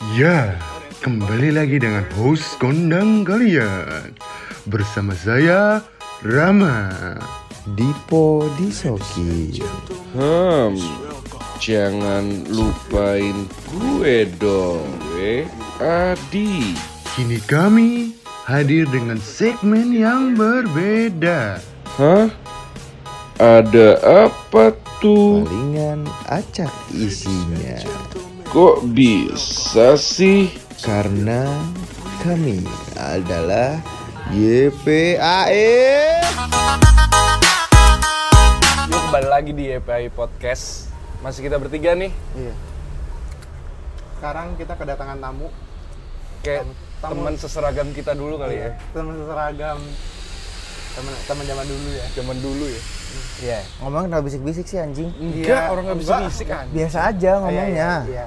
Ya, kembali lagi dengan host kondang kalian. Bersama saya, Rama. Dipo Disoki. Jangan lupain gue dong, Adi. Kini kami hadir dengan segmen yang berbeda. Hah? Ada apa tuh? Palingan acak isinya. Kok bisa sih? Karena kami adalah YPAE. Yuk kembali lagi di YPAE Podcast. Masih kita bertiga nih. Iya. Sekarang kita kedatangan tamu. Kayak teman seseragam kita dulu kali ya. Teman seragam. Teman zaman dulu ya. Zaman dulu ya. Iya, ngomong kenapa bisik-bisik sih anjing? Enggak, orang nggak bisa bisik kan. Biasa aja ngomongnya. Iya.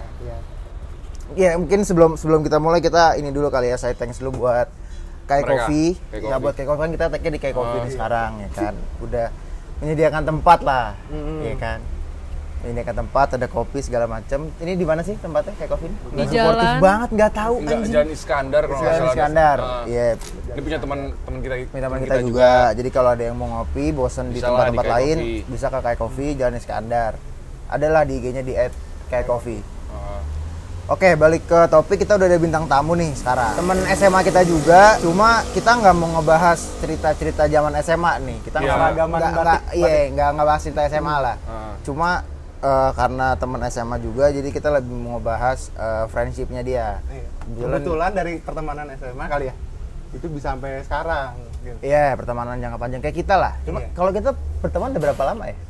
Ya mungkin sebelum kita mulai kita ini dulu kali ya, saya thanks dulu buat Kai Mereka, Coffee. Kai Ya Coffee. buat Kai Coffee kan kita tag-nya di Kai Coffee nih sekarang ya kan. Udah menyediakan tempat lah, ya kan. Menyediakan tempat, ada kopi segala macam. Ini di mana sih tempatnya Kai Coffee? Di Supportif jalan. banget, nggak tahu Enggak, anjing. Jalan Iskandar kalau nggak Jalan salah. Iskandar. Ah. Iya. Ini punya teman kita. Teman kita juga. Jadi kalau ada yang mau ngopi, bosan di Bisa lah tempat-tempat di Kai lain, Coffee. bisa ke Kai Coffee Jalan Iskandar. Adalah di IG-nya di @kaicoffee. Ah. Oke, balik ke topik. Kita udah ada bintang tamu nih sekarang. Temen SMA kita juga, cuma kita nggak mau ngebahas cerita-cerita zaman SMA nih. Kita Iya. nggak ngebahas cerita SMA lah. Ah. Cuma karena temen SMA juga, jadi kita lebih mau ngebahas friendship-nya dia. Iya. Kebetulan dari pertemanan SMA kali ya. Itu bisa sampai sekarang gitu. Iya, pertemanan jangka panjang kayak kita lah. Cuma Iya. kalau kita berteman udah berapa lama ya?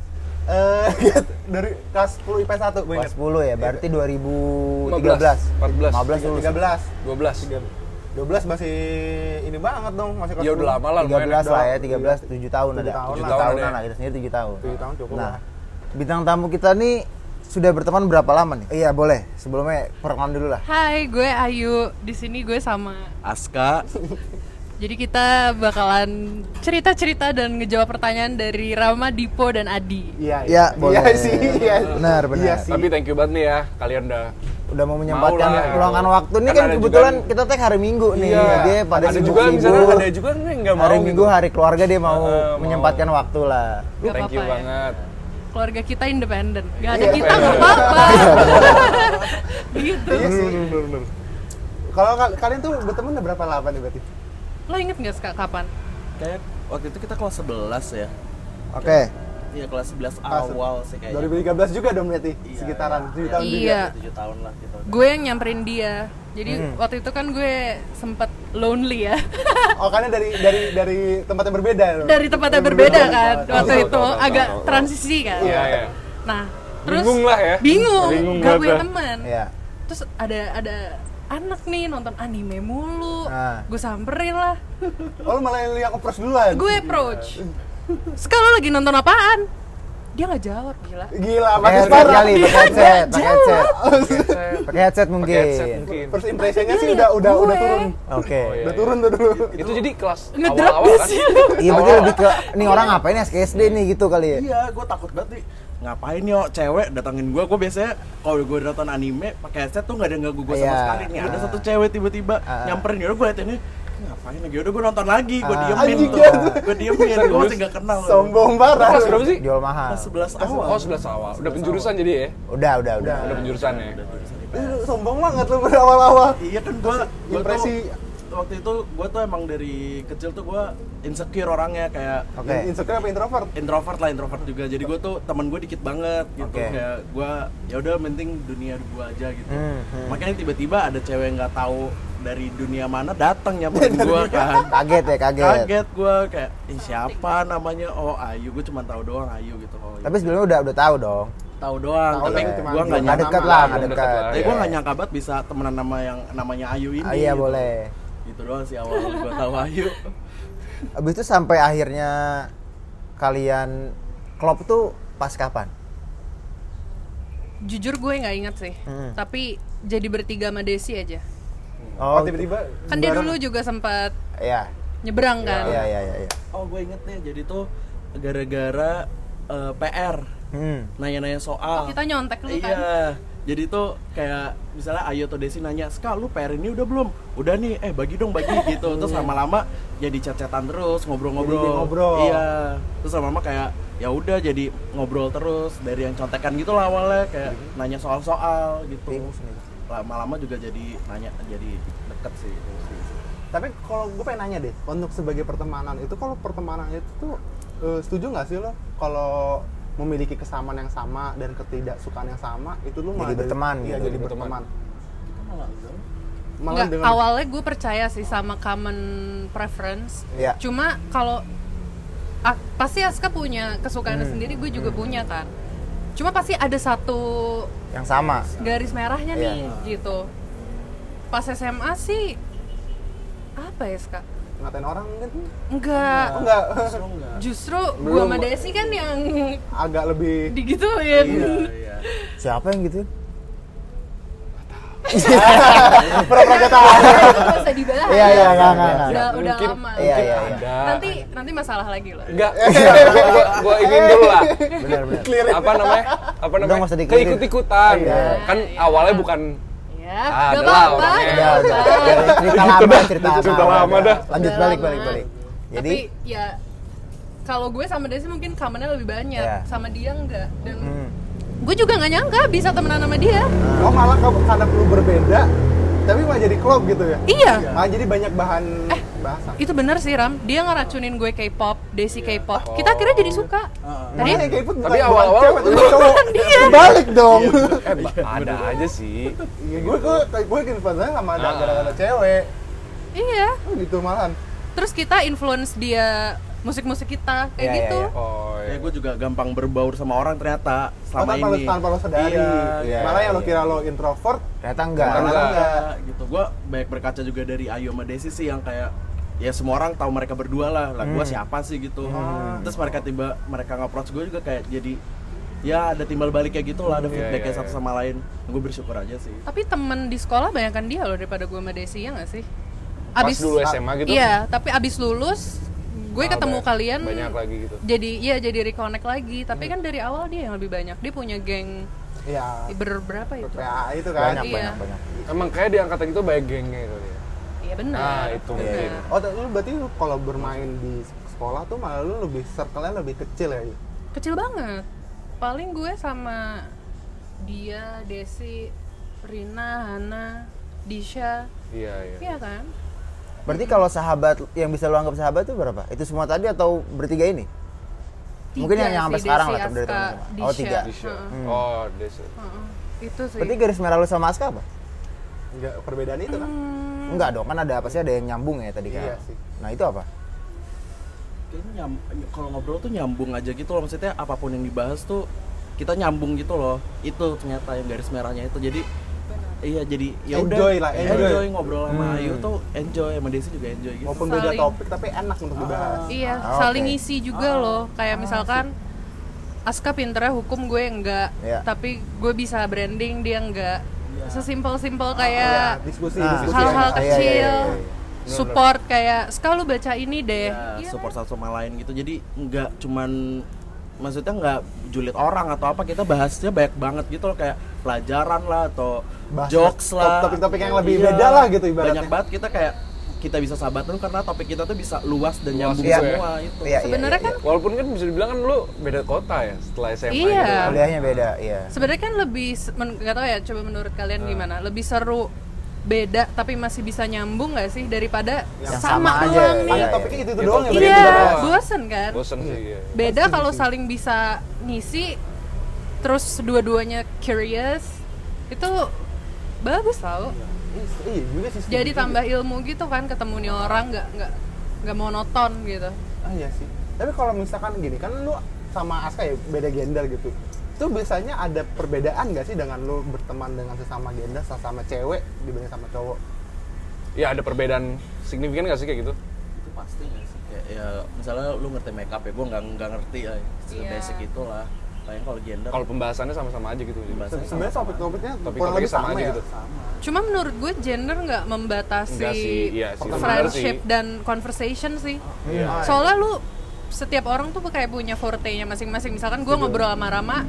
Dari kelas 10 IPS 1 gue Kelas ingat. 10 ya, berarti 2013. 14. 15 lulus. 13. 12. 12 masih ini banget dong, masih kelas Ya udah 10. lama lah. 13 lah ya, 13, Iya. 7 tahun 7 ada. tahun 7 lah. tahunan Ya. lah, kita sendiri 7 tahun. 7 tahun cukup Nah, lah. bintang tamu kita nih sudah berteman berapa lama nih? Iya, boleh. Sebelumnya perkenalan dulu lah. Hai, gue Ayu. Di sini gue sama Aska. Jadi kita bakalan cerita-cerita dan ngejawab pertanyaan dari Rama, Dipo, dan Adi. Iya, Iya, boleh. Iya sih, iya. Benar, benar. Iya sih. Tapi thank you banget nih ya, kalian Udah mau menyempatkan Mau lah. meluangkan waktu. Ini Kan kan ada kebetulan juga- kita tag hari Minggu nih. Iya. Dia pada ada juga misalnya ada juga nih nggak mau hari gitu. Minggu hari keluarga dia mau mau. menyempatkan waktu lah. Gak Thank you apa-apa ya. banget. Keluarga kita independen. Gak ada Iya, kita nggak apa-apa. Gitu. Iya sih. Kalau kalian tuh berteman udah berapa lama nih berarti? Lo inget nggak kapan? Kayak waktu itu kita kelas 11 ya. Oke. Iya kelas 11 awal sih kayaknya. 2013 juga dong berarti, Iya, sekitaran iya. 7 tahun juga. Iya. 7 tahun lah gitu. Gue yang nyamperin dia. Jadi waktu itu kan gue sempet lonely ya. Oh, karena dari tempat yang berbeda loh. Dari tempatnya berbeda kan. Tahu, Waktu tahu, itu tahu, agak tahu. transisi kan. Iya, iya. Nah, terus Bingung lah ya. Bingung, Bingung gak banget punya dah. teman. Iya. Terus ada anak nih nonton anime mulu. Nah. Gue samperin lah. Oh, lu malah yang approach duluan. Gue approach. Sekarang lagi nonton apaan? Dia nggak jawab, gila. Gila, Pakai makin headset parah. kali, pakai headset, pakai headset. Pakai Pakai headset mungkin. headset mungkin. First impression-nya sih Dia udah liat gue. turun. Oke. Oh, iya, Udah iya. turun tuh dulu. Itu jadi kelas Ngedrop awal-awal gak kan? sih? Iya berarti lebih ke nih orang ngapain ya SD nih gitu kali ya. Iya, gue takut banget nih. Ngapain yo cewek datangin gue biasanya kalau gue nonton anime pakai headset tuh nggak ada yang ganggu gue sama Iya. sekali nih. Ada satu cewek tiba-tiba nyamperin gue liatin ini ngapain lagi udah gue nonton lagi gue diemin Anjing, tuh dia gue diemin gue masih nggak kenal Sombong parah. Kelas berapa sih? Jual mahal. kelas 11 awal Oh, 11 awal. Udah penjurusan jadi ya? Udah. Udah penjurusan ya? Sombong banget lu awal-awal. Iya kan gue Impresi. waktu itu gue tuh emang dari kecil tuh gue insecure orangnya kayak Oke. Insecure apa introvert? introvert juga jadi gue tuh teman gue dikit banget gitu Oke. kayak gue ya udah penting dunia gue aja gitu makanya tiba-tiba ada cewek yang nggak tahu dari dunia mana datang nyamperin gue kan Kaget ya, kaget. kaget gue kayak siapa namanya oh Ayu gue cuma tahu doang Ayu gitu oh Tapi sebelumnya udah tahu dong. tahu doang Tahu tapi lah, gue cuma nggak Nggak nyangka dekat lah, nggak Belum dekat. dekat lah. tapi gue nggak nyangka banget bisa temenan nama yang namanya Ayu ini Iya gitu. boleh. Gitu doang sih awal gue tahu Ayu Abis itu sampai akhirnya kalian klop tuh pas kapan? Jujur gue nggak ingat sih. Tapi jadi bertiga sama Desi aja. Oh, tiba-tiba Kan dia dulu juga sempat Iya. nyebrang kan. Iya. oh gue inget nih jadi tuh gara-gara PR nanya-nanya soal Kita nyontek dulu kan. iya Jadi tuh kayak misalnya Ayu atau Desi nanya, "Ska, lu PR ini udah belum?" "Udah nih, bagi dong, bagi." gitu. Terus lama-lama jadi chat-chatan terus, ngobrol-ngobrol. Jadi ngobrol. Iya. Terus lama-lama kayak ya udah jadi ngobrol terus dari yang contekan gitu lah awalnya kayak nanya soal-soal gitu. Lama-lama juga jadi nanya, jadi deket sih. Tapi kalau gue pengen nanya deh, untuk sebagai pertemanan itu, kalau pertemanan itu tuh setuju nggak sih lo kalau memiliki kesamaan yang sama dan ketidaksukaan yang sama itu lo malah Jadi berteman iya, gitu. jadi berteman. Malah Nggak, dengan awalnya gue percaya sih sama common preference. Iya. Cuma kalau pasti Aska punya kesukaannya sendiri, gue juga punya kan. Cuma pasti ada satu Yang sama. garis merahnya Iya. nih gitu. Pas SMA sih apa ya Ska? ngatain orang mungkin Enggak. enggak Justru gue sama Desi kan yang agak lebih digituin. Iya. Siapa yang gitu? pura-pura kata Nggak usah dibahas. Iya, enggak. Udah Mungkin- lama. Iya. Ada. Nanti masalah lagi loh. Enggak. Gua ingin dulu lah. Benar. Apa namanya? Udah, nggak usah dikelirin. Keikut-ikutan. Iya. Kan awalnya bukan Ya, Ada gak lah apa-apa. orangnya. nggak Udah. apa-apa. Cerita lama dah. Lanjut Udah balik. lama. Jadi Tapi ya kalau gue sama Desi mungkin common-nya lebih banyak, Iya. sama dia enggak. Dan gue juga nggak nyangka bisa temenan sama dia. oh malah karena perlu berbeda tapi malah jadi klop gitu ya Iya. malah jadi banyak bahan bahasa Itu bener sih Ram, dia ngeracunin gue K-pop, Desi K-pop. Kita akhirnya jadi suka. Tadi yang Tadi kayak ikut Tapi awal-awal cewek tapi cowok balik dong ada aja sih. iya gue influencer sama ada gara-gara cewek iya. gitu malahan Terus kita influence dia musik-musik kita kayak Iya, gitu. iya. Oh, Ya gue juga gampang berbaur sama orang ternyata selama tanpa ini. tanpa lo sadari Iya. malah yang lo kira lo introvert ternyata enggak. Enggak gitu. Gue banyak berkaca juga dari Ayu sama Desi sih yang kayak ya semua orang tahu mereka berdua lah gue siapa sih gitu. Terus mereka nge-approach gue juga kayak jadi ya ada timbal balik kayak gitu lah, ada feedbacknya iya. satu sama lain. Gue bersyukur aja sih. Tapi temen di sekolah banyakkan dia loh daripada gue sama Desi, ya nggak sih? Pas dulu SMA gitu. Iya, tapi abis lulus gue ketemu kalian banyak lagi gitu. jadi reconnect lagi. Tapi kan dari awal dia yang lebih banyak. Dia punya geng ya berapa itu? PA itu kan Iya. Banyak. Emang kayak di angkatan itu banyak gengnya kali ya. Iya benar. Nah, itu Benar. mungkin. oh lu berarti lu kalau bermain di sekolah tuh malah lu lebih circle-nya lebih kecil ya Kecil banget. Paling gue sama dia, Desi, Rina, Hana, Disha. Iya. Iya kan? Berarti kalau sahabat yang bisa lo anggap sahabat itu berapa? Itu semua tadi atau bertiga ini? Mungkin Tiga yang sampai sih, sekarang Desi, lah dari Aska, teman-teman. Oh, Disha. 3. Disha. Heeh. Oh, Desa. Heeh. Itu sih. Berarti garis merah lo sama Aska apa? enggak perbedaan itu kan Enggak dong, kan ada apa sih, ada yang nyambung ya tadi kan. Iya sih. Nah, itu apa? Kayaknya kalau ngobrol tuh nyambung aja gitu loh, maksudnya apapun yang dibahas tuh kita nyambung gitu loh. Itu ternyata yang garis merahnya itu. Jadi iya, jadi ya udah Enjoy lah, enjoy. ngobrol sama Ayu tuh enjoy, sama Desi juga enjoy gitu. walaupun beda Saling- topik tapi enak untuk dibahas Iya, Ah, saling oke. ngisi juga loh. Kayak misalkan Aska pinternya hukum, gue enggak. Iya. Tapi gue bisa branding, dia enggak. Sesimpel-simpel ya, kayak diskusi Nah, diskusi hal-hal Iya, kecil. iya. Support kayak, Ska lu baca ini deh. Ya, Iya support kan? satu sama lain gitu. Jadi nggak cuman maksudnya nggak julid orang atau apa, kita bahasnya banyak banget gitu loh, kayak pelajaran lah atau Bahas jokes lah, topik-topik yang lebih beda lah gitu ibaratnya. Banyak banget kita kayak kita bisa sahabatan karena topik kita tuh bisa luas dan Luas nyambung juga ya. semua itu. Iya, Sebenarnya kan Walaupun kan bisa dibilang kan lu beda kota ya setelah SMA Iya. gitu. Kuliahnya beda, iya. sebenarnya kan lebih nggak tahu ya, coba menurut kalian gimana? Lebih seru beda tapi masih bisa nyambung nggak sih daripada Yang sama sama aja, doang nih? Ada Iya, topiknya iya. itu Iya, doang ya topiknya berarti Iya, dibahas. bosen kan? Bosen sih ya. Beda kalau saling bisa ngisi, terus dua-duanya curious, itu bagus tau. Iya juga sih. Jadi tambah ilmu gitu kan, ketemu nih orang nggak monoton gitu. Ah iya sih. Tapi kalau misalkan gini kan lu sama Aska ya beda gender gitu. Itu biasanya ada perbedaan nggak sih dengan lu berteman dengan sesama gender, sesama cewek dibanding sama cowok? Ya ada perbedaan signifikan gak sih kayak gitu? Itu pasti nggak sih? Kayak ya misalnya lu ngerti makeup ya, gue nggak ngerti ya, Iya. basic itulah. Kayaknya kalau gender Kalau pembahasannya sama-sama aja gitu. Pembahasannya Sebenarnya topik-topiknya Topik-topiknya kurang lebih sama sama, aja ya. gitu. Cuma menurut gue gender nggak membatasi Enggak sih, iya sih. benar friendship sih. dan conversation sih. Iya. Soalnya lu setiap orang tuh kayak punya forte-nya masing-masing. Misalkan gue ngobrol sama Rama,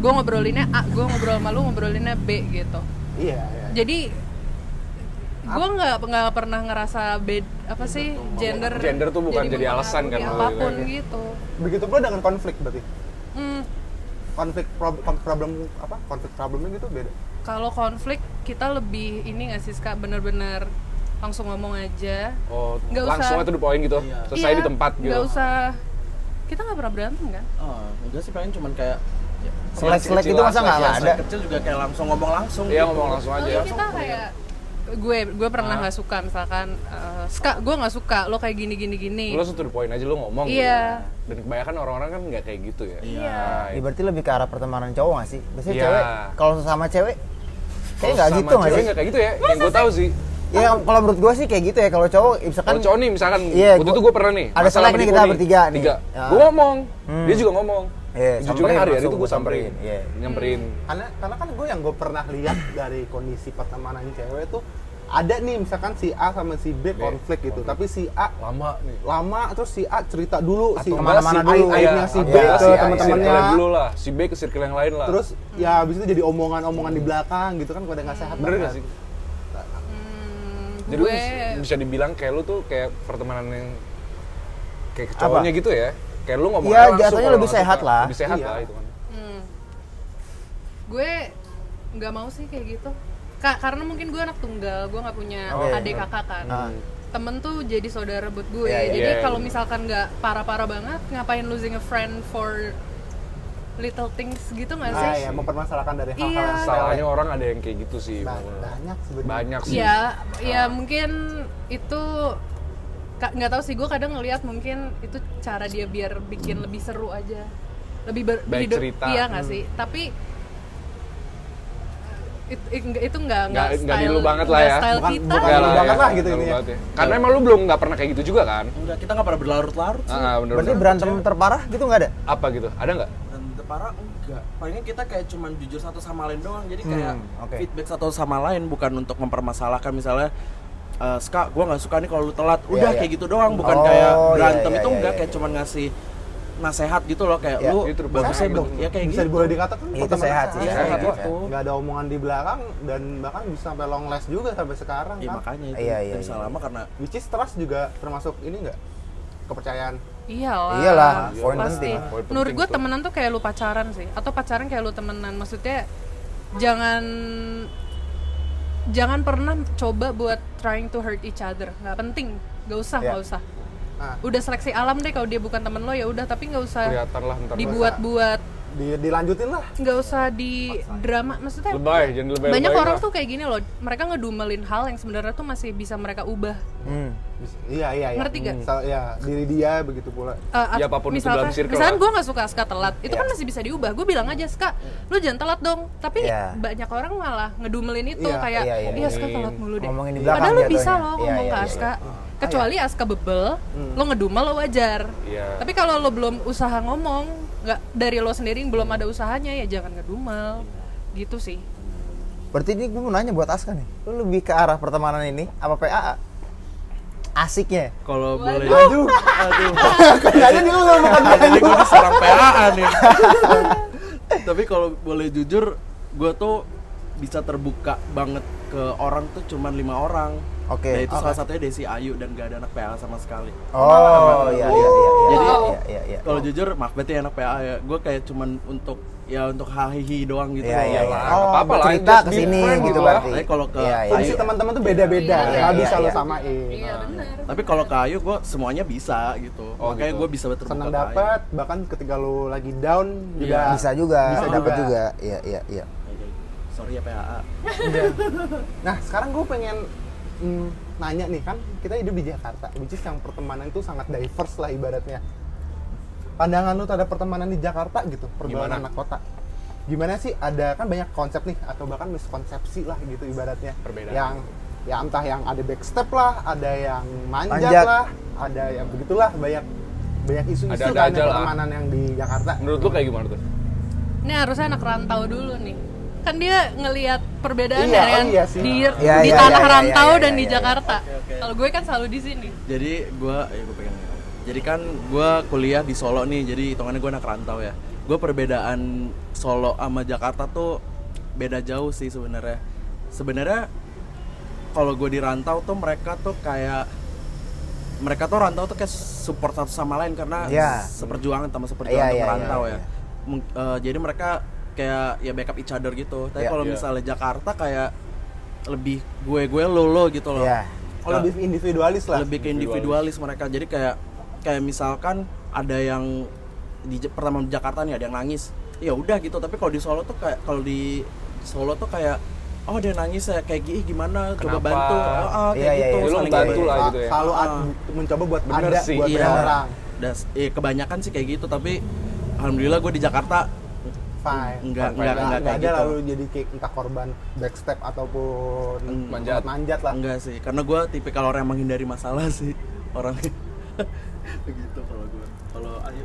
gue ngobrolinnya A, gue ngobrol sama lu ngobrolinnya B gitu. Iya. Jadi gue nggak pernah ngerasa gender tuh bukan jadi alasan kan lo apapun gitu. gitu. Begitu pula dengan konflik berarti. Konflik problemnya gitu beda. Kalau konflik kita lebih ini nggak sih Kak, bener-bener langsung ngomong aja. Oh, nggak langsung usah, aja to the point gitu. Selesai di tempat gitu. Nggak usah. Kita nggak pernah berantem kan? Oh, enggak sih, paling cuman kayak Selek-selek itu masa nggak ada? kecil juga kayak langsung ngomong langsung. Iya, gitu. ngomong langsung aja. Soalnya kita kayak gue pernah nggak suka misalkan Ska, gue nggak suka lo kayak gini. Lo langsung to the point aja lo ngomong. Iya. Gitu. Dan kebanyakan orang-orang kan nggak kayak gitu ya. Iya. Ya, berarti lebih ke arah pertemanan cowok nggak sih? Biasanya Iya. cewek kalau sesama cewek kayak nggak gitu nggak sih? Nggak kayak gitu ya. Yang gue tahu sih. Ya kalau menurut gue sih kayak gitu ya. Kalau cowok misalkan Kalau cowok nih misalkan Iya, waktu itu gue pernah nih. ada masalah selek sama nih Diko kita bertiga nih. Ya. Gue ngomong, dia juga ngomong. Iya, Jujurnya samperin hari-hari langsung, itu gue samperin. Iya. Nyamperin. Karena kan gue yang gue pernah lihat dari kondisi pertemanan cewek tuh ada nih misalkan si A sama si B konflik gitu, tapi si A lama terus si A cerita dulu si kemana-mana dulu. aibnya si B Iya, ke si A, teman-temannya, Circle dulu lah, si B ke circle yang lain lah. terus ya abis itu jadi omongan-omongan di belakang gitu kan, gue udah nggak sehat. bener banget. gak sih? Jadi lu gue bisa dibilang kayak lu tuh kayak pertemanan yang kayak ke cowoknya gitu ya. Kayak lu ngomong Iya, langsung jatuhnya kalau lebih nggak sehat suka. lah. Lebih sehat Iya. lah itu kan. gue nggak mau sih kayak gitu. Karena mungkin gue anak tunggal, gue nggak punya adik kakak kan. Temen tuh jadi saudara buat gue. Iya, Jadi iya. kalau misalkan nggak parah-parah banget, ngapain losing a friend for little things gitu nggak sih? Ya mempermasalahkan dari hal-hal Iya. yang sepele. Salahnya orang ada yang kayak gitu sih. Banyak sebenarnya. Banyak sih. Ya mungkin itu nggak tahu sih, gue kadang ngelihat mungkin itu cara dia biar bikin lebih seru aja, lebih Baik hidup, cerita. iya nggak sih? Tapi itu nggak di lu banget lah ya. style Bukan- kita. bukan Enggak lu lah banget ya. lah gitu Enggak ini lu ya. banget ya. Karena emang lu belum nggak pernah kayak gitu juga kan? Enggak, kita nggak pernah berlarut-larut sih. Bener. Berarti berantem terparah gitu nggak ada? Apa gitu? Ada nggak? Dan parah enggak. Palingnya kita kayak cuman jujur satu sama lain doang. Jadi kayak oke. feedback satu sama lain, bukan untuk mempermasalahkan misalnya Ska, gue nggak suka nih kalau lu telat. Udah Iya. kayak gitu doang, bukan Oh, kayak iya, berantem iya, itu iya, enggak, iya. kayak cuman ngasih nasehat gitu loh, kayak Iya. lu Itu bagusnya Sehat dong. ya kayak bisa gitu. boleh dikatakan Itu pertemanan sehat sih, Iya, sehat, kayak sehat. gitu. nggak ada omongan di belakang dan bahkan bisa sampai long last juga sampai sekarang Iya kan. makanya itu Iya, kita iya, bisa iya. lama karena Which is trust juga termasuk ini nggak, kepercayaan. Iyalah, poin pasti. penting. Poin Menurut penting gue tuh. temenan tuh kayak lu pacaran sih, atau pacaran kayak lu temenan. Maksudnya jangan pernah coba buat trying to hurt each other. Nggak penting, nggak usah. Nah, Udah seleksi alam deh, kalau dia bukan temen lo ya udah, tapi nggak usah Kelihatan lah ntar. dibuat-buat, dilanjutin lah. nggak usah di drama. Maksudnya Lebay, jangan lebay. banyak orang tuh kayak gini loh, mereka ngedumelin hal yang sebenarnya tuh masih bisa mereka ubah. Iya. Ngerti nggak? Ya, diri dia begitu pula. Ya, apapun itu dalam circle misalkan lah. gue nggak suka Ska telat, itu kan masih bisa diubah. Gue bilang aja, Ska, lu jangan telat dong. Tapi Iya. banyak orang malah ngedumelin itu, Iya, kayak iya, iya. iya Ska telat mulu deh. Ngomongin di belakang Padahal lu jatuhnya. bisa loh Iya, ngomong iya, ke iya. Aska. Kecuali Aska bebel, lo ngedumel lo wajar. Iya. Tapi kalau lo belum usaha ngomong, nggak dari lo sendiri belum ada usahanya, ya jangan ngedumel. Gitu sih. Berarti ini gue mau nanya buat Aska nih. Lu lebih ke arah pertemanan ini apa PAA? Asiknya. kalau boleh Aduh. Kayaknya dia lu bukan jadi gue diserang PAA nih. Tapi kalau boleh jujur, gue tuh bisa terbuka banget ke orang tuh cuman 5 orang. Oke. Nah itu salah satunya Desi Ayu dan gak ada anak PA sama sekali. Oh, iya. Jadi, iya. Kalau jujur, maaf berarti anak PA ya. Gue kayak cuman untuk hahihi doang gitu. Iya. lah, Oh, nggak apa-apa lah, cerita just be kesini friend gitu gitu berarti. Tapi kalau ke Iya, iya. fungsi teman-teman tuh beda-beda, Iya, nggak iya, bisa lo iya. samain. Iya benar. Tapi kalau ke Ayu, gue semuanya bisa gitu. Oh, Makanya gitu. gue bisa terbuka Senang ke Ayu. dapat, bahkan ketika lo lagi down juga Bisa juga, Bisa dapat juga. juga. Iya. Sorry ya PAA. Nah, sekarang gue pengen nanya nih, kan kita hidup di Jakarta, which is yang pertemanan itu sangat diverse lah ibaratnya. Pandangan lu terhadap pertemanan di Jakarta gitu, pergaulan Gimana? anak kota. Gimana sih? Ada kan banyak konsep nih, atau bahkan miskonsepsi lah gitu ibaratnya. Perbedaan. Yang ya entah yang ada backstep lah, ada yang manjat Manjat. lah, ada yang begitulah, banyak isu-isu Ada-ada kan aja yang lah. pertemanan yang di Jakarta. Menurut lu kayak gimana tuh? Ini harusnya anak rantau dulu nih. Kan dia ngelihat perbedaan Iya, kan iya sih. di Iya, tanah iya, rantau iya, dan iya, di iya. Jakarta. Oke. Kalau gue kan selalu di sini. Jadi gue pegang ini. Jadi kan gue kuliah di Solo nih, jadi hitungannya gue anak rantau ya. Gue perbedaan Solo sama Jakarta tuh beda jauh sih sebenarnya. Sebenarnya kalau gue di rantau tuh mereka tuh rantau tuh kayak support satu sama lain karena seperjuangan untuk merantau ya. Jadi mereka kayak ya backup each other gitu. Tapi kalau misalnya Jakarta kayak lebih gue lo gitu loh. Lebih individualis lah. Lebih ke individualis mereka. Jadi kayak misalkan ada yang pertama di Jakarta nih ada yang nangis. Ya udah gitu. Tapi kalau di Solo tuh kayak oh dia nangis ya kayak gimana coba bantu kayak gitu saling bantu lah gitu ya selalu mencoba buat bener ada sih, buat orang kebanyakan sih kayak gitu tapi alhamdulillah gue di Jakarta enggak kayak ada gitu lalu jadi kayak entah korban backstep ataupun manjat lah enggak sih karena gue tipikal orang yang menghindari masalah sih orangnya begitu kalau Ayu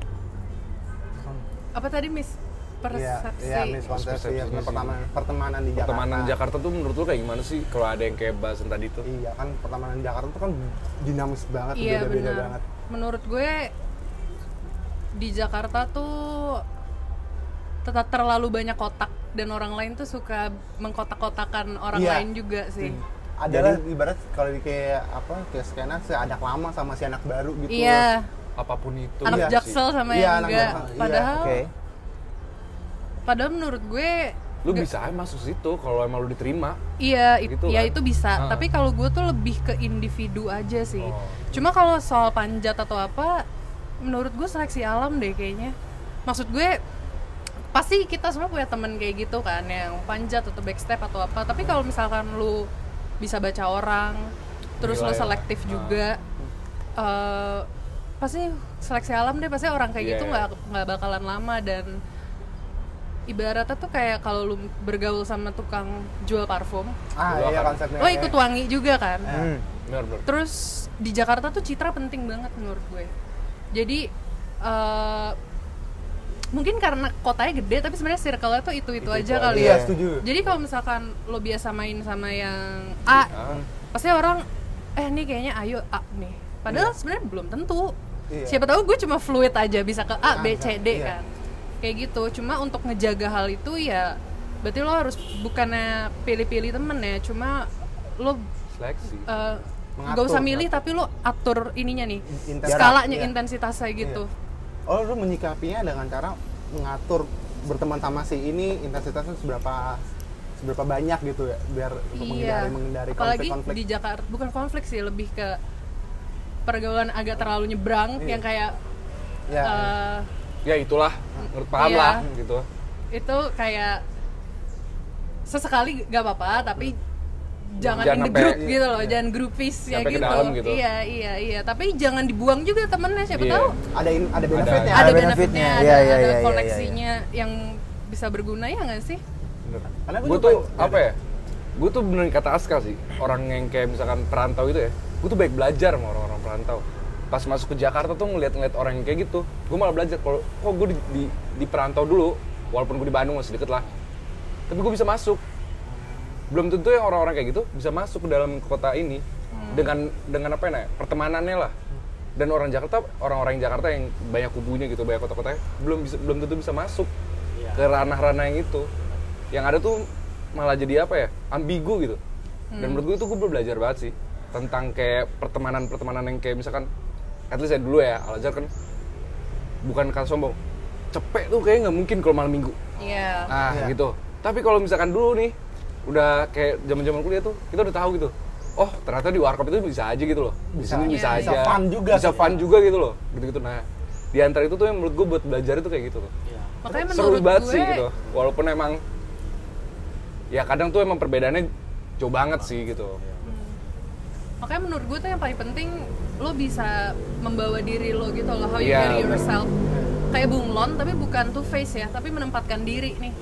apa tadi persepsi miskonsepsi pertemanan di Jakarta. Pertemanan Jakarta tuh menurut lu kayak gimana sih kalau ada yang kayak bahasan tadi tuh? Iya kan pertemanan di Jakarta tuh kan dinamis banget, beda-beda banget. Menurut gue di Jakarta tuh tetap terlalu banyak kotak dan orang lain tuh suka mengkotak-kotakan orang lain juga sih. Adalah ibarat kalau kayak skena si anak lama sama si anak baru gitu. Iya. Apapun itu. Anak Jaksel sama yang enggak. Padahal menurut gue lu bisa aja masuk situ kalau emang lu diterima. Iya, gitu ya kan? Itu bisa. Tapi kalau gue tuh lebih ke individu aja sih. Cuma kalau soal panjat atau apa, menurut gue seleksi alam deh kayaknya. Maksud gue pasti kita semua punya temen kayak gitu kan, yang panjat atau backstep atau apa. Tapi kalau misalkan lu bisa baca orang, terus lu selektif juga, pasti seleksi alam deh. Pasti orang kayak gitu nggak bakalan lama. Dan ibaratnya tuh kayak kalau lu bergaul sama tukang jual parfum, konsepnya. lo ikut wangi juga kan. Bener. Terus di Jakarta tuh citra penting banget menurut gue. Jadi mungkin karena kotanya gede, tapi sebenarnya circle-nya tuh itu aja kali ya. Setuju. Jadi kalau misalkan lo biasa main sama yang A, pasti orang nih kayaknya Ayu A nih. Padahal sebenarnya belum tentu. Siapa tahu gue cuma fluid aja bisa ke A, B, C, D kan. Kayak gitu. Cuma untuk ngejaga hal itu ya berarti lo harus bukannya pilih-pilih temen ya, cuma lo seleksi. Gak usah milih tapi lo atur ininya nih, skalanya, intensitasnya gitu. Oh, lo menyikapinya dengan cara mengatur berteman sama si ini intensitasnya seberapa banyak gitu ya, biar untuk menghindari apalagi konflik. Di Jakarta bukan konflik sih, lebih ke pergaulan agak terlalu nyebrang yang kayak ya itulah, paham lah gitu. Itu kayak sesekali gak apa-apa, tapi jangan in the group gitu loh, jangan groupies ya gitu. Gitu. Iya, tapi jangan dibuang juga temennya, siapa tahu ada benefitnya. Ada benefitnya, ada koneksinya yang bisa berguna, ya nggak sih? Bener. Gue tuh gue tuh benerin kata Aska sih, orang yang kayak misalkan perantau itu ya, gue tuh baik belajar sama orang-orang perantau. Pas masuk ke Jakarta tuh ngeliat orang yang kayak gitu, gue malah belajar kalau kok gue di perantau dulu, walaupun gue di Bandung masih deket lah, tapi gue bisa masuk. Belum tentu yang orang-orang kayak gitu bisa masuk ke dalam kota ini dengan apa ya, pertemanannya lah. Dan orang-orang Jakarta yang banyak kubunya gitu, banyak kota-kotanya belum tentu bisa masuk ke ranah-ranah yang itu. Yang ada tuh malah jadi apa ya, ambigu gitu. Dan menurut gue tuh gue belajar banget sih tentang kayak pertemanan yang kayak misalkan, at least saya dulu ya, Al-Azhar kan bukan kata sombong, cepet tuh kayaknya nggak mungkin kalau malam minggu. Gitu. Tapi kalau misalkan dulu nih, udah kayak zaman kuliah tuh, kita udah tahu gitu. Oh, ternyata di warkop itu bisa aja gitu loh. Di sini bisa aja. Bisa fun juga gitu loh. Gitu-gitu. Nah, di antara itu tuh yang menurut gue buat belajar itu kayak gitu tuh. Makanya seru menurut banget gue sih gitu. Walaupun emang ya kadang tuh emang perbedaannya jauh banget sih gitu. Makanya menurut gue tuh yang paling penting lo bisa membawa diri lo gitu loh, how you carry yourself. Kayak bunglon tapi bukan two face ya, tapi menempatkan diri nih.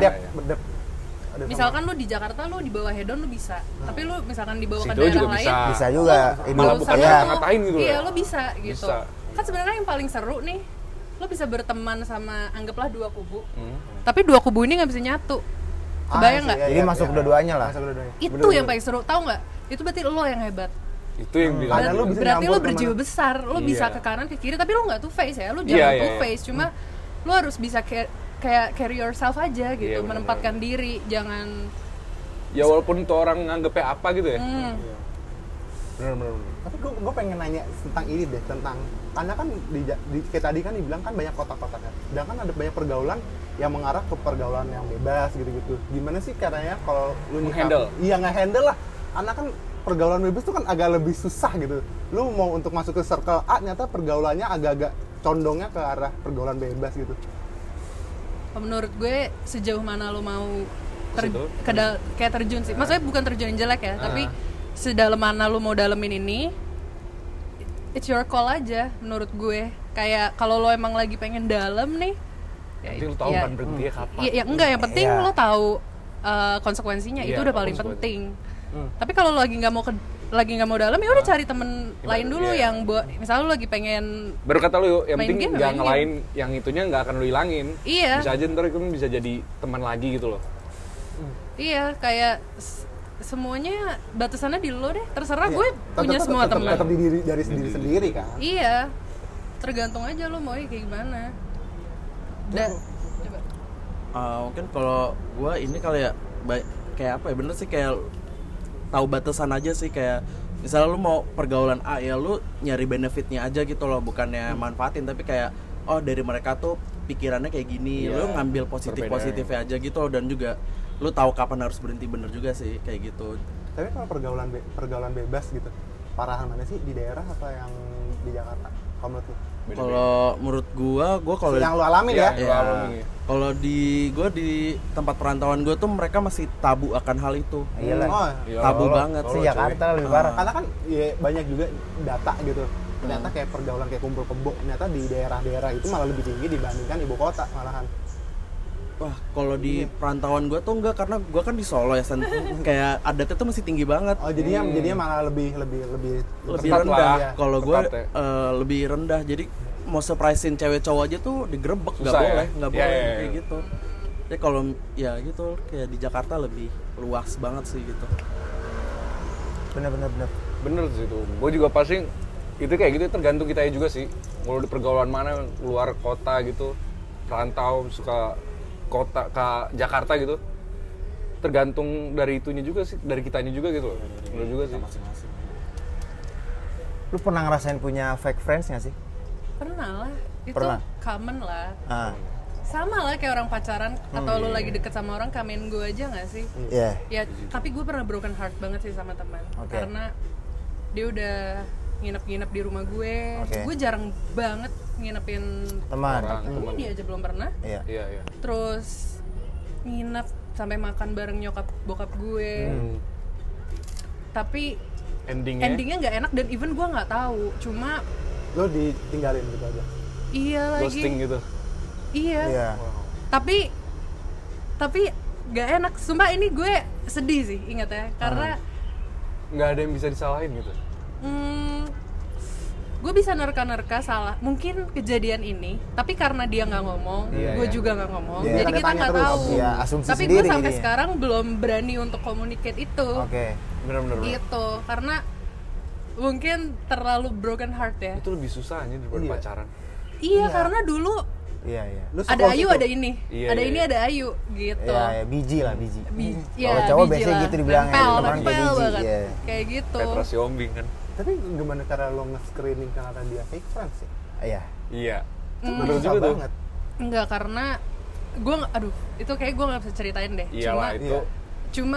Misalkan lo di Jakarta lo di bawah hedon lo bisa, tapi lo misalkan di bawah ke daerah lain bisa juga. Malah bukan ngatain gitu. Iya, lo bisa gitu. Kan sebenarnya yang paling seru nih, lo bisa berteman sama anggaplah dua kubu. Tapi dua kubu ini nggak bisa nyatu. Kebayang nggak? Jadi masuk dua-duanya lah. Itu yang paling seru, tahu nggak? Itu berarti lo yang hebat. Itu yang bilang. Berarti lo berjiwa besar, lo bisa ke kanan ke kiri, tapi lo nggak two face ya, lo jangan two face. Cuma lo harus bisa kayak carry yourself aja gitu, Iya, bener-bener. menempatkan diri, jangan Ya walaupun tuh orang nganggepnya apa gitu ya. Bener. Tapi gue pengen nanya tentang ini deh, tentang karena kan kayak tadi kan dibilang kan banyak kotak-kotaknya, sedangkan ada banyak pergaulan yang mengarah ke pergaulan yang bebas gitu-gitu. Gimana sih caranya kalau lu Menghandle? Iya, nge-handle lah. Karena kan pergaulan bebas tuh kan agak lebih susah gitu. Lu mau untuk masuk ke circle A, ternyata pergaulannya agak-agak condongnya ke arah pergaulan bebas gitu. Menurut gue sejauh mana lo mau Situ? kayak terjun sih, maksudnya bukan terjun yang jelek ya, tapi sedalam mana lo mau dalemin ini, it's your call aja menurut gue. Kayak kalau lo emang lagi pengen dalam nih, Nanti lu tahu kan berhentinya kapan. Iya, enggak, yang penting Iya. lo tahu konsekuensinya, itu Iya, udah paling konsekuensi. penting. Tapi kalau lo lagi nggak mau dalam, ya udah cari temen lain dulu iya. yang buat, misalnya lo lagi pengen, Baru kata lu, yang Main penting game, nggak main ngelain yang itunya nggak akan lu hilangin. Iya. Bisa aja ntar itu bisa jadi teman lagi gitu loh. iya kayak semuanya batasannya di lo deh, terserah. Iya. Gue punya Tetap- semua tetap- teman. tetap dari sendiri sendiri kan. Iya, tergantung aja lo mau kayak gimana. Coba. Mungkin kalau gue ini kali ya kayak apa ya, bener sih, kayak tahu batasan aja sih. Kayak misalnya lu mau pergaulan A, ya lu nyari benefitnya aja gitu loh, bukannya manfaatin, tapi kayak oh dari mereka tuh pikirannya kayak gini, Iya, lu ngambil positifnya aja gitu loh, dan juga lu tahu kapan harus berhenti, bener juga sih kayak gitu. Tapi kalau pergaulan bebas gitu, parahan mana sih, di daerah apa yang di Jakarta? Kalau menurut lu? Kalau menurut gua kalau Yang lu alamin ya? Lu Ya, alamin. kalau di tempat perantauan gue tuh mereka masih tabu akan hal itu. Iyalah. Oh, Iya, Tabu kalau- banget kalau Si sih. Jakarta lebih Ah. parah. karena kan ya, banyak juga data gitu. Ternyata kayak pergaulan kayak kumpul kebo, ternyata di daerah-daerah itu malah lebih tinggi dibandingkan ibu kota malahan. Wah, kalau di perantauan gue tuh enggak, karena gue kan di Solo ya, kayak adatnya tuh masih tinggi banget. Oh, jadinya malah lebih Lebih Ketat rendah. lah. ya. Kalau gue Ketat lebih rendah. Jadi mau surprisein cewek cowok aja tuh digerebek, nggak Susah ya? boleh, nggak Iya, boleh iya, iya. kayak gitu. Jadi kalau ya gitu, kayak di Jakarta lebih luas banget sih gitu. Bener. Bener sih itu. Gue juga pasti itu kayak gitu, tergantung kita juga sih. Mau di pergaulan mana, luar kota gitu, perantau, suka kota ke Jakarta gitu. Tergantung dari itunya juga sih, dari kitanya juga gitu loh. Bener juga sih. Lu pernah ngerasain punya fake friends nggak sih? Pernah lah, itu Pernah. common lah. Ah, Sama lah kayak orang pacaran atau lo lagi deket sama orang, kamen gue aja nggak sih? iya. Ya, tapi gue pernah broken heart banget sih sama teman. Oke. Karena dia udah nginep-nginep di rumah gue. Oke. Gue jarang banget nginepin Teman. temen, dia aja belum pernah. Iya. Iya, iya. Terus nginep sampai makan bareng nyokap bokap gue. Tapi endingnya nggak enak, dan even gue nggak tahu. Cuma Lu ditinggalin gitu aja. iya lagi. Ghosting gitu. Iya. Iya. Tapi nggak enak. Sumpah ini gue sedih sih, ingat ya. Karena Nggak ada yang bisa disalahin gitu. gue bisa nerka-nerka salah mungkin kejadian ini, tapi karena dia nggak ngomong, Iya, gue iya. juga nggak ngomong, Iya, jadi tanda kita tanya nggak terus. tahu. Iya, asumsi Tapi gue sendiri sampai jadinya. sekarang belum berani untuk communicate itu, Oke. Bener-bener. gitu, karena mungkin terlalu broken heart ya. Itu lebih susah aja daripada Iya. pacaran. Iya, karena dulu Iya. Lu ada se-close Ayu, itu? ada ini, Iya, ada iya. ini, ada Ayu, gitu. Iya, biji lah, biji. Iya, Kalau cowok biji biasanya lah. gitu dibilangnya, Nempel, teman kayak nempel biji, banget. iya. Kayak gitu. Petra Siombing kan. Tapi gimana cara lo nge-screening karena dia fake friends ya? Iya. Iya. Itu Bener susah juga tuh. banget. Enggak, karena gue aduh, itu kayak gue nggak bisa ceritain deh. Iyalah itu. Cuma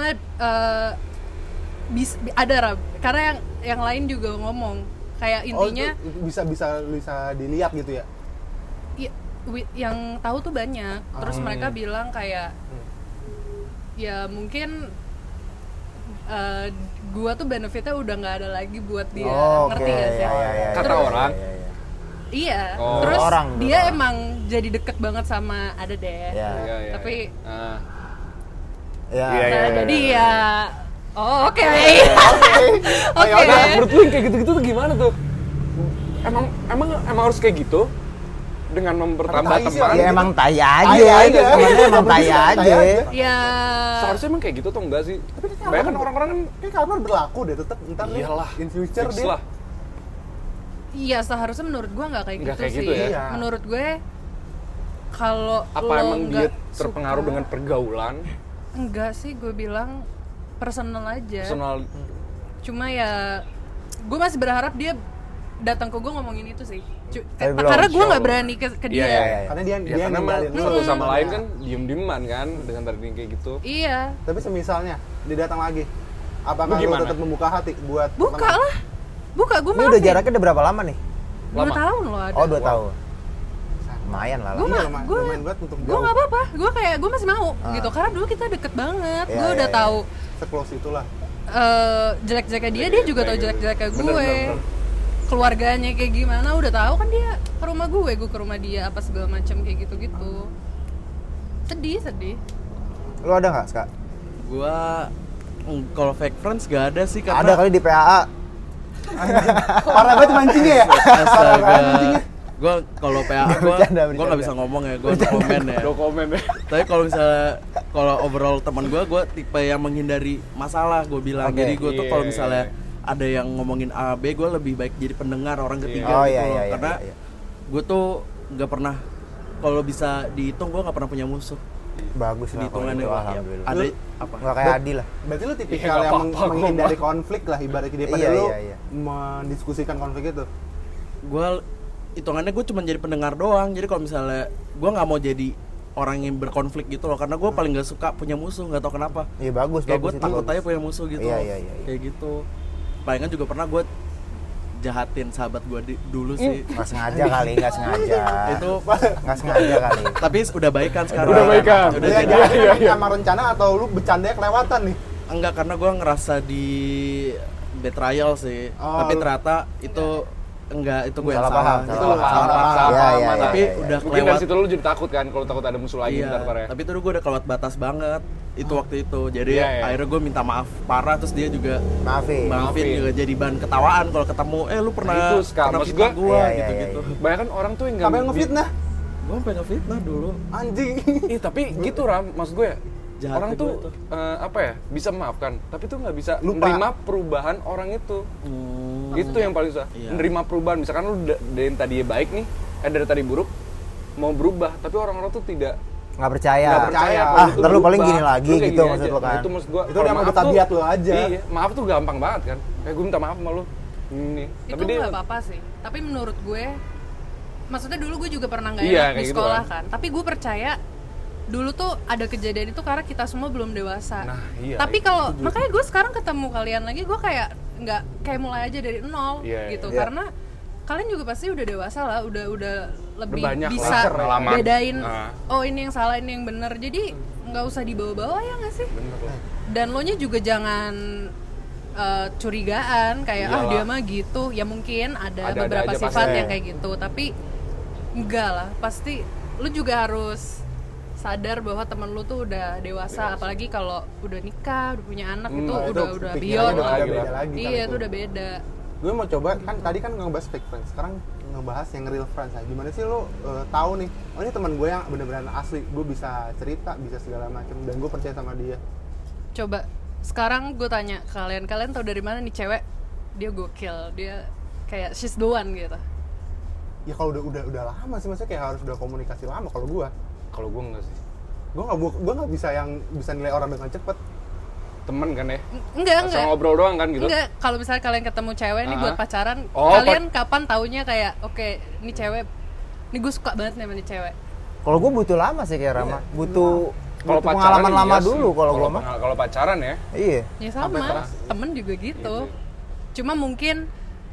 ada Rab, karena yang lain juga ngomong kayak intinya Oh, itu bisa dilihat gitu ya? yang tahu tuh banyak. Terus mereka bilang kayak ya mungkin gua tuh benefitnya udah nggak ada lagi buat dia, Oh, ngerti oke, gak sih? iya, iya, iya. Kata Terus- orang. Iya, iya. Iya. Oh. Terus Orang, dia orang. emang jadi deket banget sama ada deh. Iya. Iya, iya. Tapi Nah, Iya. Iya, iya. nah, jadi ya oh oke. Oke. nah, menurut lu yang kayak gitu-gitu tuh gimana tuh? Emang harus kayak gitu? Dengan mempertambah tai sih, teman? Ya gitu? emang tai Tai aja, aja. temennya emang tai Tai aja. aja. Ya Seharusnya emang kayak gitu atau enggak sih? Tapi kan Banyak kan orang-orang kan Kayak kamar berlaku deh tetap ntar nih iyalah. in future Fix dia lah. iya, seharusnya menurut gue nggak kayak Nggak gitu kayak sih. gitu ya? Iya. Menurut gue Kalau Apa lo emang dia nggak terpengaruh suka- dengan pergaulan? Enggak sih, gue bilang personal aja. Personal. Cuma ya gue masih berharap dia datang ke gue ngomongin itu sih. Tapi belum, Karena gue insya nggak Allah. berani ke dia. Iya. Karena dia Ya karena ninggalin lu. satu sama lain kan diem-dieman kan dengan tadi kayak gitu. Iya. Tapi semisalnya dia datang lagi, apakah Lu lu gimana? tetap membuka hati buat Buka teman? lah. Buka, gue Ini maafin. udah jaraknya udah berapa lama nih? 2 Lama. tahun loh ada. Oh 2 tahun. Lumayan lah. Gue Iya, mah, lumayan banget untuk gue jauh. nggak apa-apa. Gue kayak gue masih mau gitu. Karena dulu kita deket banget. Iya, Gue iya, udah iya. tahu Se-close itulah. jelek-jeleknya dia juga tahu jelek-jeleknya gue. Bener. Keluarganya kayak gimana udah tahu kan dia ke rumah gue ke rumah dia apa segala macam kayak gitu-gitu. Sedih. Lu ada nggak, Ska? Gua kalau fake friends gak ada sih karena Ada kali di PAA. Parah banget mancingnya ya. astaga. Gua kalau PA Bercanda. gua nggak bisa ngomong ya, gua no komen ya. No comment deh. Tapi kalau misalnya kalau overall teman gua tipe yang menghindari masalah, gue bilang. Oke. Jadi gue tuh kalau Iya. misalnya ada yang ngomongin A B, gue lebih baik jadi pendengar orang ketiga Oh, gitu iya, loh. iya, iya, Karena iya. gue tuh nggak pernah, kalau bisa dihitung gue nggak pernah punya musuh. Bagus lah kalau Hitungannya itu, Wak. alhamdulillah. Ada apa? Nggak kayak Adi lah. Berarti lu tipikal Iya, nggak yang apa-apa, menghindari konflik lah ibaratnya daripada Iya, lu iya. mendiskusikan konflik itu. Gue hitungannya gue cuma jadi pendengar doang. Jadi kalau misalnya gue nggak mau jadi orang yang berkonflik gitu loh, karena gue paling nggak suka punya musuh, nggak tahu kenapa. Iya bagus, Kayak gue bagus itu. takut bagus. aja punya musuh gitu. Iya, iya, iya, iya. Kayak gitu. Palingan juga pernah gue jahatin sahabat gue dulu sih. Nggak sengaja kali, nggak sengaja. Itu Nggak sengaja kali. tapi udah baikan sekarang. Udah baikan. Udah Iya, jadi. jangan sama rencana atau lu bercandanya kelewatan nih. Enggak, karena gue ngerasa di betrayal sih. Oh. Tapi ternyata itu enggak, itu gue yang Salah salah. paham, Itu salah salah paham. paham. Iya, iya, Tapi iya, iya. udah Mungkin dari kelewat. situ lu jadi takut kan kalau takut ada musuh lagi Iya, ntar ya. tapi itu gue udah kelewat batas banget itu waktu itu. Jadi Iya, iya. akhirnya gue minta maaf parah, terus dia juga Maafin. maafin juga, jadi bahan ketawaan kalau ketemu. Lu pernah Nah, itu, Ska. pernah Maksud fitnah gua- gue Iya, iya, gitu-gitu. Banyak kan orang tuh yang nggak Sampai ngefitnah. Gue sampai ngefitnah dulu. Anjing. Ih tapi gitu Ram, maksud gue ya. Jahat Orang gue tuh itu. apa ya, bisa memaafkan, tapi tuh nggak bisa Lupa. menerima perubahan orang itu. Itu yang paling susah. Iya. Menerima perubahan. Misalkan lu dari yang tadinya baik nih, dari tadi buruk, mau berubah, tapi orang-orang tuh tidak Nggak percaya. nggak percaya. Ah, kalau itu ntar lu paling berubah. gini lagi Lu kayak gitu gini maksud aja. lu kan. Nah, itu maksud gua. Itu kalau udah emang maaf udah tabiat tuh- lu aja. Iya, maaf tuh gampang banget kan. Kayak gue minta maaf sama lu. Ini. Itu nggak apa-apa sih. Tapi menurut gue, maksudnya dulu gue juga pernah nggak Iya, enak kayak di gitu sekolah kan. kan. Tapi gue percaya dulu tuh ada kejadian itu karena kita semua belum dewasa. Nah, iya, Tapi itu kalau makanya gue sekarang ketemu kalian lagi, gue kayak nggak kayak mulai aja dari nol Iya, gitu. iya. Karena kalian juga pasti udah dewasa lah, udah lebih Udah banyak bisa lah pengalaman. bedain. Nah. Oh ini yang salah, ini yang benar. Jadi nggak usah dibawa-bawa ya nggak sih? Bener loh. Dan lo nya juga jangan curigaan kayak Iyalah. dia mah gitu. Ya mungkin ada Ada beberapa aja sifat pasti. yang kayak gitu, tapi enggak lah, pasti lu juga harus sadar bahwa temen lu tuh udah dewasa, apalagi kalau udah nikah, udah punya anak itu Nah, udah pikirannya beyond udah lah. beda lagi kan Iya, itu udah beda. Gue mau coba kan tadi kan ngebahas fake friends, sekarang ngebahas yang real friends aja. Gimana sih lo tahu nih, oh ini teman gue yang bener-bener asli, gue bisa cerita, bisa segala macam, dan gue percaya sama dia. Coba sekarang gue tanya ke kalian tahu dari mana nih cewek dia gokil, dia kayak she's the one gitu. Ya kalau udah lama sih, maksudnya kayak harus udah komunikasi lama. Kalau Kalau gue enggak sih. gue nggak bisa yang bisa nilai orang dengan cepet. Temen kan ya. Enggak. Asal ngobrol doang kan gitu. Enggak, kalau misalnya kalian ketemu cewek nih buat pacaran, Oh, kalian kapan taunya kayak oke, ini cewek, ini gue suka banget nih sama nih cewek. Kalau gue butuh lama sih kayak Rama. Butuh Kalau butuh pacaran pengalaman iya lama sih. dulu kalau gue mah. Kalau pacaran ya. Iya. Ya sama, temen juga gitu. Cuma mungkin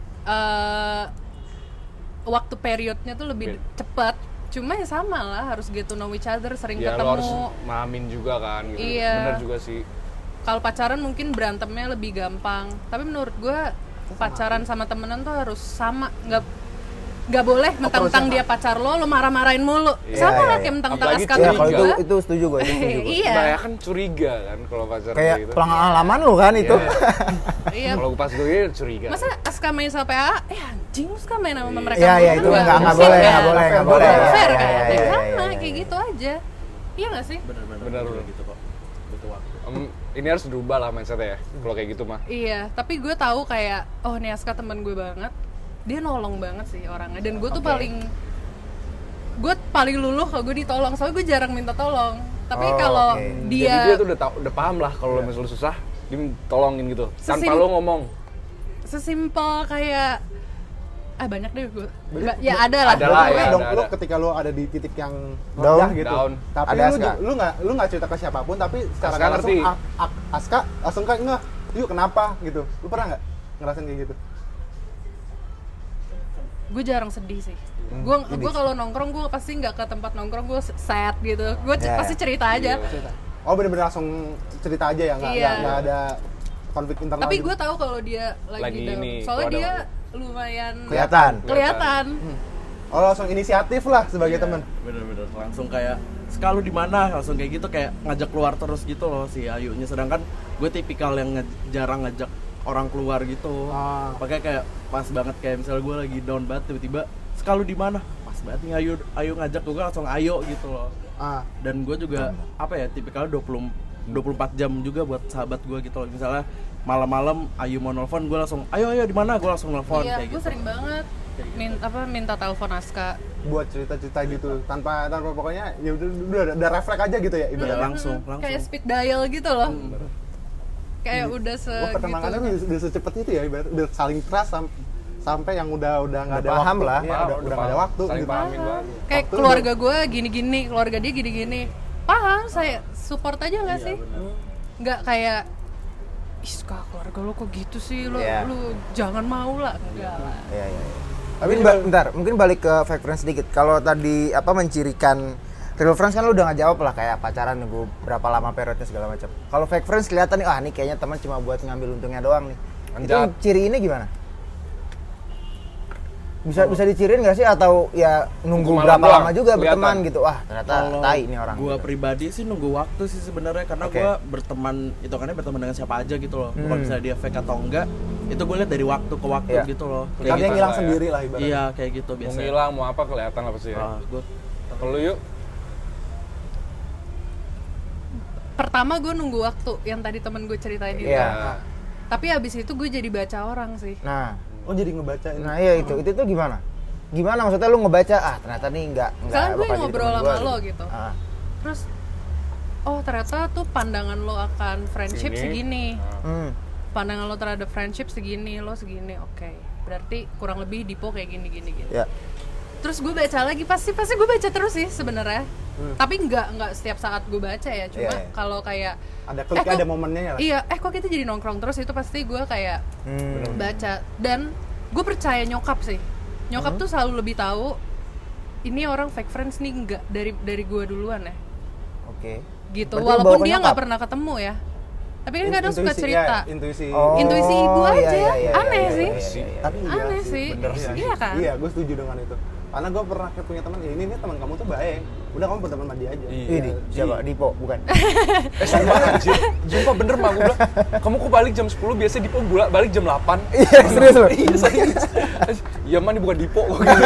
waktu periodnya tuh lebih cepat. Cuma ya sama lah, harus get to know each other, sering Ya lo ketemu. harus mahamin juga kan gitu. Iya. Bener juga sih. Kalau pacaran mungkin berantemnya lebih gampang. Tapi menurut gue pacaran sama temenan tuh harus sama, nggak boleh mentang-mentang dia pacar lo marah-marahin mulu. Iya, Sama iya, lah iya. kayak mentang-mentang Apalagi Aska Iya, sama kalau gue. itu setuju gue, itu setuju gue. Iya. Banyak kan curiga kan kalau pacaran Kayak gitu. pengalaman lu kan itu. Iya. Kalau pas gue curiga. Masa Aska main sama PA, anjing lu suka main sama mereka. Iya, iya, berdua. itu nggak Maksudnya boleh, ya, nggak boleh, nggak boleh. fair Iya, kan? iya, Ya iya, sama, iya, iya. kayak gitu aja. Iya nggak sih? Bener-bener gitu kok. Butuh waktu. Ini harus dirubah lah mindsetnya ya. Kalau kayak gitu mah. Iya, tapi gue tahu kayak, oh nih Aska teman gue banget, dia nolong banget sih orangnya. Dan gue tuh paling gue paling luluh kalau gue ditolong, soalnya gue jarang minta tolong. Tapi Oh, kalau oke. Jadi dia tuh udah paham lah kalau lo misalnya susah, dia tolongin gitu. Tanpa lo ngomong. sesimpel kayak banyak deh gue. Ya ada lah. Ada lah, Pokoknya ya, dong, ada. lu ketika lu ada di titik yang Down. rendah gitu. Down. Tapi Ada Aska. lu nggak cerita ke siapapun, tapi secara Aska nggak langsung ngerti. Aska langsung kayak ngeh, yuk kenapa gitu. Lu pernah nggak ngerasain kayak gitu? Gue jarang sedih sih. Gue kalau nongkrong gue pasti nggak ke tempat nongkrong, gue sad gitu. Gue Ya. pasti cerita aja. Oh bener-bener langsung cerita aja ya, nggak Iya. nggak ada konflik internal. Tapi gitu? gue tahu kalau dia lagi Lagi down. ini, Soalnya kalau ada dia lumayan Kelihatan. Oh langsung inisiatif lah sebagai Iya, teman. bener-bener langsung kayak sekalu di mana langsung kayak gitu, kayak ngajak keluar terus gitu loh si Ayunya. Sedangkan gue tipikal yang jarang ngajak orang keluar gitu. Makanya kayak pas banget kayak misalnya gue lagi down banget tiba-tiba sekalu di mana, pas banget nih Ayu ngajak gue langsung ayo gitu loh. Dan gue juga apa ya, tipikal 24 jam juga buat sahabat gue gitu loh. Misalnya malam-malam Ayu mau nelfon, gue langsung ayo di mana, gue langsung nelfon Iya, kayak gue gitu. sering banget minta telepon Aska. Buat cerita-cerita gitu tanpa pokoknya ya udah refleks aja gitu ya Iya, ibaratnya. langsung. Kayak speed dial gitu loh. Kayak udah Wah, pertemanannya segitu. udah secepat itu ya, ibarat udah saling trust sampai yang udah nggak ada paham waktu. lah. Iya, udah nggak ada waktu Saling gitu. pahamin banget. Kayak Waktu keluarga gue gini-gini, keluarga dia gini-gini. Paham, saya support aja nggak sih? Nggak kayak ih kak keluarga lo kok gitu sih, lo Iya. lu jangan mau lah, enggak lah. Iya. Tapi bentar, mungkin balik ke fake friends sedikit. Kalau tadi mencirikan real friends kan lu udah ngejawab lah, kayak pacaran nunggu berapa lama periodnya segala macam. Kalau fake friends kelihatan nih, nih kayaknya teman cuma buat ngambil untungnya doang nih. Itu Anjat. ciri ini gimana? Bisa diciriin nggak sih, atau ya nunggu Nunggu berapa malam lama doang, juga kelihatan. berteman gitu? Wah ternyata tai nih orang. Gua gitu. pribadi sih nunggu waktu sih sebenarnya, karena Oke. gua berteman itu kan berteman dengan siapa aja gitu loh. Kalau misalnya dia fake atau enggak, itu gue lihat dari waktu ke waktu Iya. gitu loh. Kadang gitu. ngilang lah ya. sendiri lah ibaratnya. Iya, kayak gitu Mau biasanya. ngilang, mau apa kelihatan lah pasti ya. Gua Kalau yuk, Pertama gue nunggu waktu yang tadi temen gue ceritain itu. Iya. Tapi abis itu gue jadi baca orang sih. Nah, Oh jadi ngebacain. iya itu tuh gimana? Gimana maksudnya lu ngebaca? Ternyata nih nggak Misalnya gue bakal jadi ngobrol temen sama gua lo gitu. Ah. Terus ternyata tuh pandangan lo akan friendship Sini. segini. Hmm. Pandangan lo terhadap friendship segini, lo segini. Oke. Berarti kurang lebih Dipo kayak gini. Ya. Terus gue baca lagi, pasti gue baca terus sih sebenarnya. Tapi nggak setiap saat gue baca ya. Cuma Iya, iya. kalau kayak Ada klik, kok- ada momennya ya. Iya, kok kita jadi nongkrong terus, itu pasti gue kayak baca. Dan gue percaya nyokap sih. Nyokap tuh selalu lebih tahu ini orang fake friends nih, enggak dari gue duluan ya. Oke. Gitu. Berarti Walaupun bawa ke dia nyokap? nggak pernah ketemu ya. Tapi kan kadang suka Intuisi, cerita. ya, intuisi. Intuisi ibu aja. Aneh sih. Tapi iya Aneh sih. bener sih. Iya kan? Iya, gue setuju dengan itu. Karena gue pernah punya teman, ya ini teman kamu tuh baik. Udah kamu berteman sama dia aja. Ini siapa? Dipo bukan? sumpah anjir. Sumpah bener mah gue bilang, kamu kok balik jam 10, biasa Dipo balik jam 8. Iya, serius loh. Iya serius. Iya man, ini bukan Dipo kok gitu.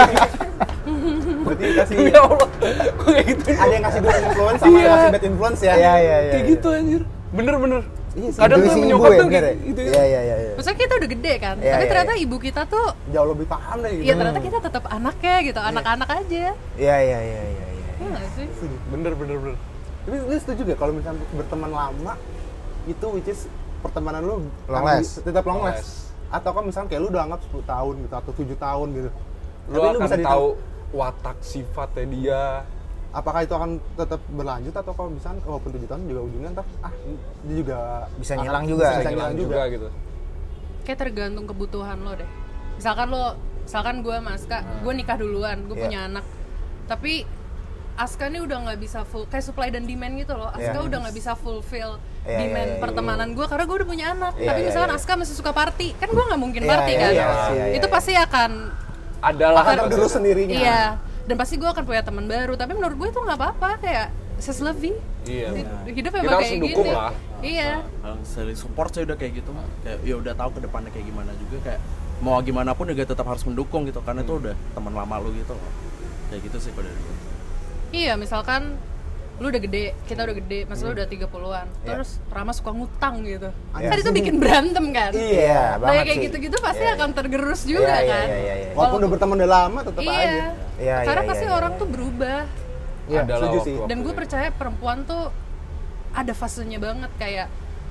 Berarti kasih Ya Allah, kok kayak gitu. ada yang ngasih good influence sama yang ngasih bad influence ya. Iya. Kayak gitu anjir. Bener. Iya sih. Kadang tuh Intuisi menyokap ibu tuh bener kayak ya? gitu. Iya. Maksudnya kita udah gede kan. Iya, Tapi iya, ternyata iya. ibu kita tuh Jauh lebih paham deh gitu. ya ternyata kita tetap anaknya gitu, anak-anak aja. Iya. Iya nggak sih? Bener. Tapi lu setuju gak kalau misalnya berteman lama itu which is pertemanan lu Long akan last. tetap long Long last. Atau kan misalnya kayak lu udah anggap 10 tahun gitu atau 7 tahun gitu. Lu akan tahu watak sifatnya dia. Apakah itu akan tetap berlanjut atau kalau misalnya walaupun 7 tahun juga ujungnya ntar dia juga Bisa akan- ngilang juga. bisa Bisa ngilang ngilang juga. juga gitu. Kayak tergantung kebutuhan lo deh. Misalkan gue sama Aska, gue nikah duluan, gue Iya. punya anak. Tapi Aska nih udah nggak bisa full, kayak supply dan demand gitu loh. Aska Iya. udah nggak bisa fulfill Iya, demand iya. pertemanan gue karena gue udah punya anak. Iya, Tapi iya, misalkan iya. Aska masih suka party, kan gue nggak mungkin Iya, party iya, kan. iya, Itu pasti akan Adalah Akan tergerus sendirinya. iya. Dan pasti gue akan punya teman baru. Tapi menurut gue itu nggak apa-apa, kayak seslevy. Iya. Hidup Kita emang harus kayak dukung gini. lah. Iya. Kalau saling support saya udah kayak gitu, kayak ya udah tahu ke depannya kayak gimana juga, kayak mau gimana pun juga tetap harus mendukung gitu, karena itu udah teman lama lu gitu loh. Kayak gitu sih pada gue. Iya, misalkan lu udah gede, kita udah gede, maksudnya udah 30-an. Terus Rama suka ngutang gitu. Iya. Kan itu bikin berantem kan? Iya, banget kayak sih. gitu-gitu pasti Iya, akan tergerus juga Iya, kan. iya. Walaupun udah berteman udah lama tetap Iya. aja. Iya, Karena iya, pasti iya, orang iya. tuh berubah. Iya, Adalah setuju sih. waktu-waktu Dan gue ya. percaya perempuan tuh ada fasenya banget, kayak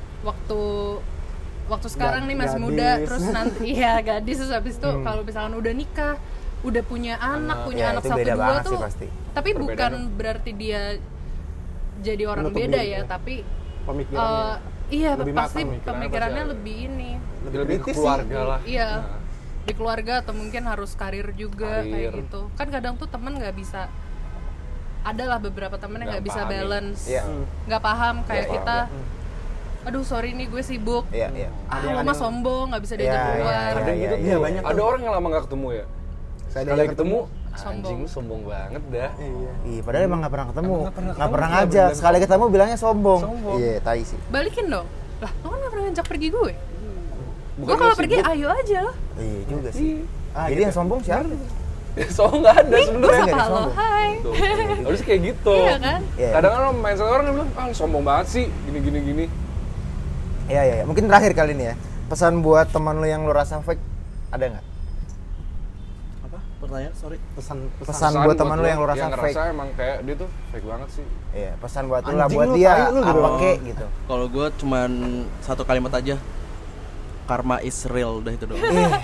waktu sekarang nih masih gadis. muda, terus nanti iya gadis, terus habis itu kalau misalkan udah nikah, udah punya anak, punya Ya, anak itu satu beda dua banget tuh. sih pasti. Tapi bukan berarti dia jadi orang Menutup beda diri, ya, ya. tapi Pemikirannya. iya Lebih pasti matang pemikirannya pasti lebih ini. lebih ke kritis sih. keluarga lah. Iya. Di keluarga atau mungkin harus karir juga kayak Karir. gitu. Kan kadang tuh temen nggak bisa, adalah beberapa temen yang Nggak nggak bisa paham ya. balance, Iya. nggak paham kayak Iya, kita. Aduh sorry nih gue sibuk. Iya, iya. Lo mah sombong, nggak bisa diajak Iya, keluar. Ada yang gitu. Iya, banyak Ada orang yang lama nggak ketemu ya. Saya Sekali diajak ketemu, Sombong. anjing lu sombong banget dah. Iya. Ih, padahal emang nggak pernah ketemu. Nggak pernah Nggak ketemu, pernah dia ngajak. bilang Sekali ketemu bilangnya sombong. Sombong. Iya, tai sih. Balikin dong. Lah, lo kan nggak pernah ngajak pergi gue. Bukan Gue kalau lu pergi sibuk. ayo aja lah. Iya juga sih. Ah, Jadi gitu. yang sombong siapa? Sombong nggak ada Gue sebenarnya. nggak sapa ada lo, sombong. hai. Tuh, harus kayak gitu. Iya kan? Iya. Kadang kan lo main sama orang dia bilang, ah lu sombong banget sih, gini. Iya, iya. Mungkin terakhir kali ini ya. Pesan buat teman lu yang lu rasa fake ada nggak? Apa? Pertanyaan, sorry. Pesan buat teman lu yang lu rasa yang fake. ngerasa emang kayak dia tuh fake banget sih. Iya, pesan buat lu lah, Anjing buat lu, dia tai lu gitu. apa kek gitu. Kalau gue cuman satu kalimat aja. Karma is real, udah itu doang.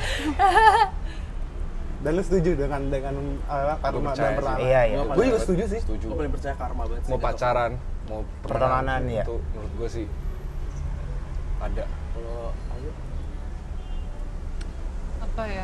Dan lu setuju dengan karma percaya dan perlawanan? Iya, iya. Gue juga setuju sih. Setuju. Gue paling percaya karma banget sih. Mau pacaran, mau Pertemanan, ya. itu menurut gue sih ada. Kalau ayo Apa ya?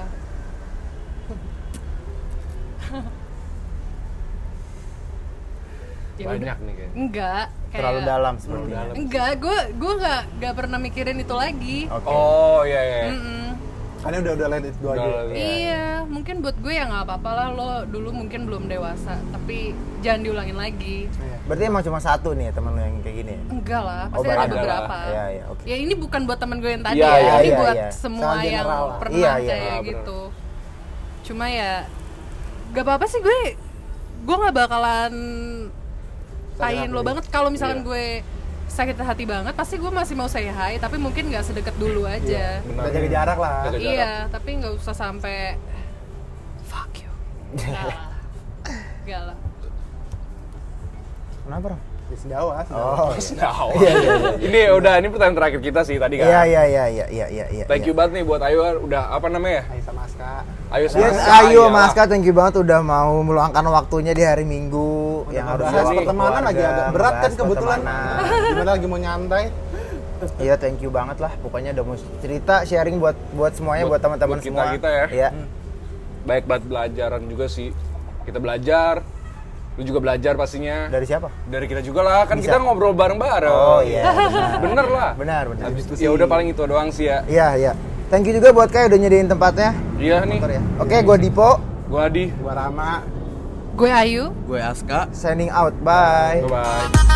Ya udah. Banyak nih kayaknya. Enggak, kayak Terlalu dalam sepertinya. Enggak, gue nggak pernah mikirin itu lagi. Oke. Oh iya iya. Mm-mm. Karena udah let it go aja. Udah, Iya, mungkin buat gue ya nggak apa-apa lah, lo dulu mungkin belum dewasa, tapi jangan diulangin lagi. Berarti emang cuma satu nih ya teman lu yang kayak gini ya? Enggak lah, Oh, pasti ada banyak. beberapa. Iya, iya, oke. Ya ini bukan buat temen gue yang tadi Iya, ya, iya, ini iya, buat iya. semua Secara yang general lah. pernah Iya, iya. kayak bener. gitu. Cuma ya, gak apa-apa sih gue nggak bakalan tayin lo banget. Kalau misalkan Iya. gue sakit hati banget, pasti gue masih mau say hi, tapi mungkin nggak sedekat dulu aja. Benar. Kita jaga jarak lah. Jaga jarak. Iya, tapi nggak usah sampai fuck you. Nggak lah. Nggak lah. Kenapa, Ram? Di sendawa. Oh. Nah, Iya, iya, ini udah ini pertanyaan terakhir kita sih tadi kan. Iya, iya, iya, iya, iya, iya, iya. Thank you banget nih buat Ayu, udah apa namanya? Hai sama Aska. Ayu sama Yes, Aska, ayo iyalah. Mas Kak, thank you banget udah mau meluangkan waktunya di hari Minggu yang harus bahas sama pertemanan lagi keluarga, agak berat kan bahas kebetulan. pertemanan. Gimana lagi mau nyantai? Iya, thank you banget lah. Pokoknya udah mau cerita, sharing buat semuanya, buat teman-teman buat semua. kita ya. Iya. Baik banget belajaran juga sih. Kita belajar, lu juga belajar pastinya. Dari siapa? Dari kita juga lah, kan Bisa. kita ngobrol bareng-bareng. Oh iya, benar. Bener lah. Benar, benar. Ya udah paling itu doang sih ya. Iya, iya. Thank you juga buat Kai udah nyediain tempatnya. Iya nih. Motor ya. Oke, gua Dipo, Gua Adi. Gua Rama. Gue Ayu. gue Aska. signing out. Bye. Bye bye.